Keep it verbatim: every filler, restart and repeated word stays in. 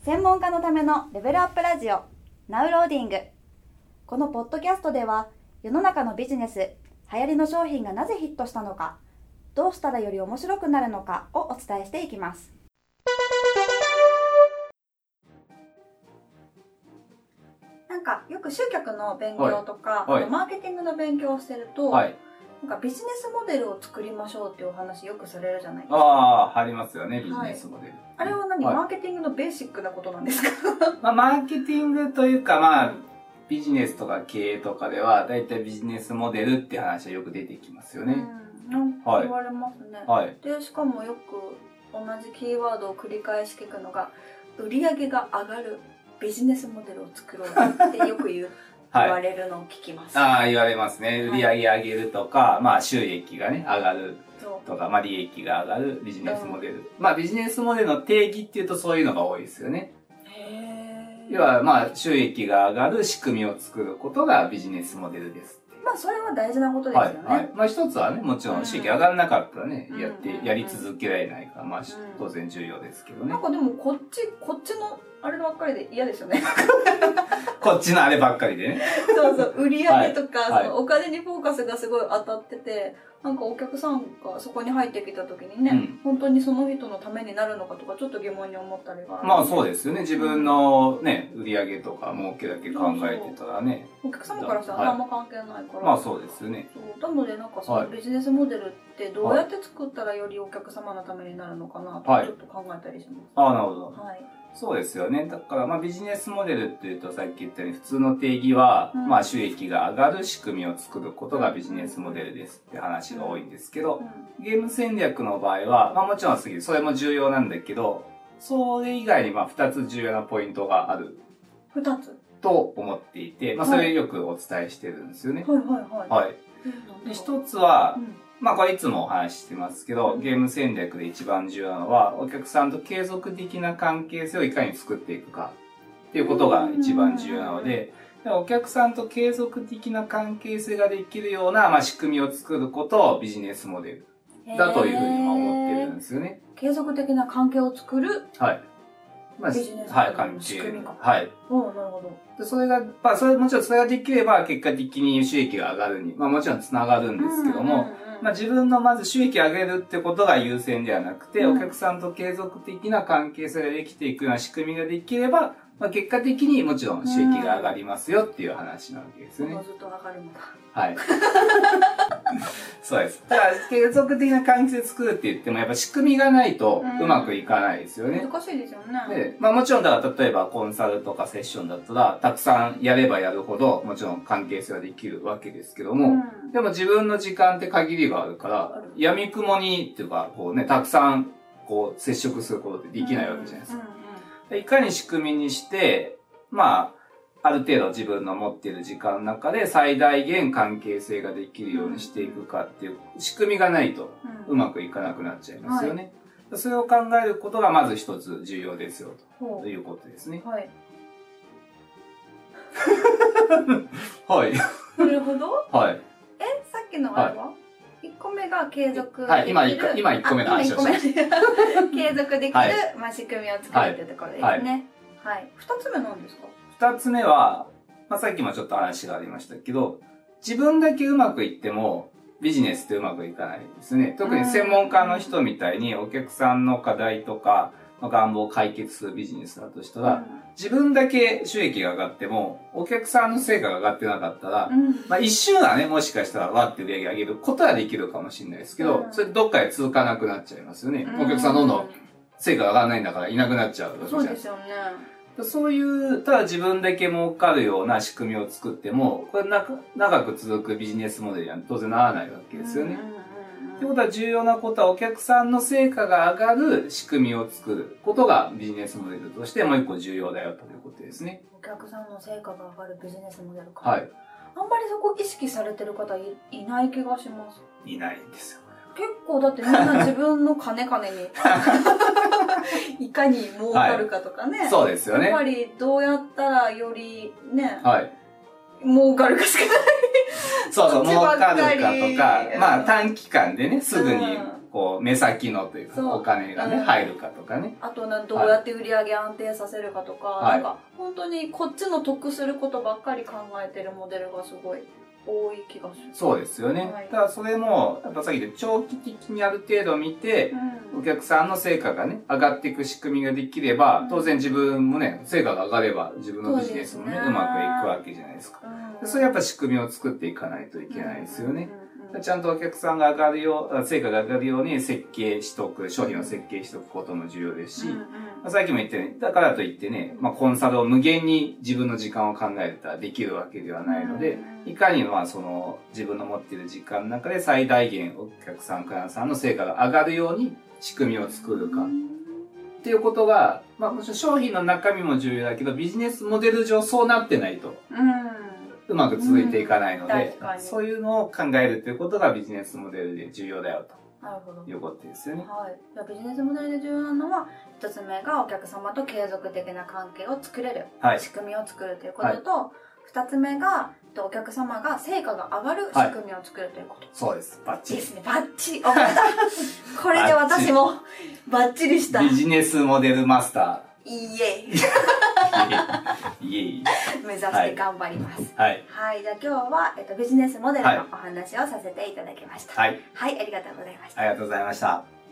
専門家のためのレベルアップラジオナウローディング。このポッドキャストでは世の中のビジネス、流行りの商品がなぜヒットしたのか、どうしたらより面白くなるのかをお伝えしていきます。なんかよく集客の勉強とか、 はいはい、 あとマーケティングの勉強をしてると、 はい、 なんかビジネスモデルを作りましょうっていうお話よくされるじゃないですか。 ああ、ありますよね、ビジネスモデル。はい、 あれは何、 はい、 マーケティングのベーシックなことなんですか？ まあ、マーケティングというか、まあ、ビジネスとか経営とかでは、だいたいビジネスモデルって話はよく出てきますよね。 うん、なんか言われますね。 はい。 で、しかもよく同じキーワードを繰り返し聞くのが、売り上げが上がるビジネスモデルを作ろうってよく言う。言われるのを聞きます。 はい、ああ、言われますね。売り上げ上げるとか、はい、まあ収益がね、上がるとか、まあ利益が上がるビジネスモデル。うん、まあビジネスモデルの定義っていうとそういうのが多いですよね。 へー。 要はまあ収益が上がる仕組みを作ることがビジネスモデルです。 まあそれは大事なことですよね。 はい、はい。まあ一つはね、もちろん収益上がらなかったらね、うん、やって、やり続けられないから、まあ当然重要ですけどね。 なんかでもこっち、こっちのあればっかりで嫌ですよね。 こっちのあればっかりでね。 そうそう、売り上げとか、 はい、 そのお金にフォーカスがすごい当たってて、なんかお客さんがそこに入ってきた時にね、うん、本当にその人のためになるのかとかちょっと疑問に思ったりがある。 まあそうですよね。自分のね、売り上げとか儲けだけ考えてたらね。 そうそう、お客様からしたら何も関係ないから。 まあそうですよね。 そうなのでなんかそのビジネスモデルってどうやって作ったらよりお客様のためになるのかなとちょっと考えたりします。 はい、ああ、なるほど。 はい。 そうですよね。だからまあビジネスモデルっていうとさっき言ったように普通の定義は、うん、まあ収益が上がる仕組みを作ることがビジネスモデルですって話が多いんですけど、うん、ゲーム戦略の場合は、まあもちろんそれも重要なんだけど、それ以外にまあ二つ重要なポイントがある。 二つと思っていて、まあそれをよくお伝えしてるんですよね。 はいはいはい。 はい。で、一つは、うんまあこれいつもお話ししてますけど、ゲーム戦略で一番重要なのは、お客さんと継続的な関係性をいかに作っていくかっていうことが一番重要なので、お客さんと継続的な関係性ができるような、まあ、仕組みを作ることをビジネスモデルだというふうに思ってるんですよね。 継続的な関係を作る。 はい。まあ、 ビジネスはい、関係。 仕組みか。 はい。 おなるほど。 で、それが、まあ、それ、もちろんそれができれば、結果的に収益が上がるに、まあ、もちろん繋がるんですけども、まあ、自分のまず収益を上げるってことが優先ではなくて、うん、お客さんと継続的な関係性ができていくような仕組みができれば、まあ、結果的にもちろん収益が上がりますよっていう話なわけですよね。 ずっと上がるんだ。 はい。そうです。だから、継続的な関係性作るって言っても、やっぱ仕組みがないとうまくいかないですよね。 難しいですよね。 で、まあもちろんだから、例えばコンサルとかセッションだったら、たくさんやればやるほど、もちろん関係性はできるわけですけども、うん、でも自分の時間って限りがあるから、闇雲にっていうか、こうね、たくさん、こう、接触することってできないわけじゃないですか。うんうんうん、いかに仕組みにして、まあ、ある程度自分の持っている時間の中で最大限関係性ができるようにしていくかっていう仕組みがないとうまくいかなくなっちゃいますよね。はい、それを考えることがまず一つ重要ですよということですね。 はい。 はい。 なるほど。 はい。 え、さっきのあれは、はい、いっこめが継続できる。 はい、今、今いっこめの話をしました。 継続できる、はい、まあ、仕組みを作るというところですね。はい。はい。二つ目なんですか？ 二つ目は、まあ、さっきもちょっと話がありましたけど、自分だけうまくいってもビジネスってうまくいかないですね。特に専門家の人みたいにお客さんの課題とか願望を解決するビジネスだとしたら、うん、自分だけ収益が上がってもお客さんの成果が上がってなかったら、うん、まあ一瞬はね、もしかしたらわって売り上げ上げることはできるかもしれないですけど、うん、それどっかで続かなくなっちゃいますよね。うん、お客さんどんどん成果が上がらないんだからいなくなっちゃうわけじゃないですか。 そうですよね。 そういう、ただ自分だけ儲かるような仕組みを作っても、これな長く続くビジネスモデルには当然ならないわけですよね。ってことは重要なことはお客さんの成果が上がる仕組みを作ることがビジネスモデルとしてもう一個重要だよということですね。 お客さんの成果が上がるビジネスモデルか。 はい。 あんまりそこ意識されてる方 い, いない気がします。 いないんですよ。 結構だってみんな自分の金金にいかに儲かるかとかね、はい、 そうですよね。 やっぱりどうやったらよりね、 はい、 儲かるかしかないそうそう、儲かるかとか、まあ短期間でね、すぐにこう、目先のというか、お金がね、うん、入るかとかね。 あとな、どうやって売り上げ安定させるかとか、はい、なんか、本当にこっちの得することばっかり考えてるモデルがすごい多い気がする。 そうですよね。はい、ただそれも、やっぱさっきで長期的にある程度見て、うん、お客さんの成果がね、上がっていく仕組みができれば、うん、当然自分もね、成果が上がれば自分のビジネスもね、うねうまくいくわけじゃないですか。うん、そういうやっぱ仕組みを作っていかないといけないですよね。うんちゃんとお客さんが上がるよう、成果が上がるように設計しとく、商品を設計しとくことも重要ですし、うんうんまあ、さっきも言ったように、だからといってね、まあ、コンサルを無限に自分の時間を考えたらできるわけではないので、うん、いかにまあその自分の持っている時間の中で最大限お客さん、クライアントさんの成果が上がるように仕組みを作るか。っていうことが、まあもちろん商品の中身も重要だけど、ビジネスモデル上そうなってないと。うんうまく続いていかないので、うん、そういうのを考えるということがビジネスモデルで重要だよと。なるほど。いうことですよね。 はい。じゃあビジネスモデルで重要なのは、一つ目がお客様と継続的な関係を作れる。はい、仕組みを作るということと、二、はい、つ目が、お客様が成果が上がる仕組みを作るということ。はい、 そうです。バッチリ。 ですね。バッチリ。おめでとう。これで私もバッチリした。 ビジネスモデルマスター。 イエイ。 イエイ。 目指して頑張ります。 はい。 はい。じゃあ今日は、えっと、ビジネスモデルのお話をさせていただきました。はい。はい、ありがとうございました。 ありがとうございました。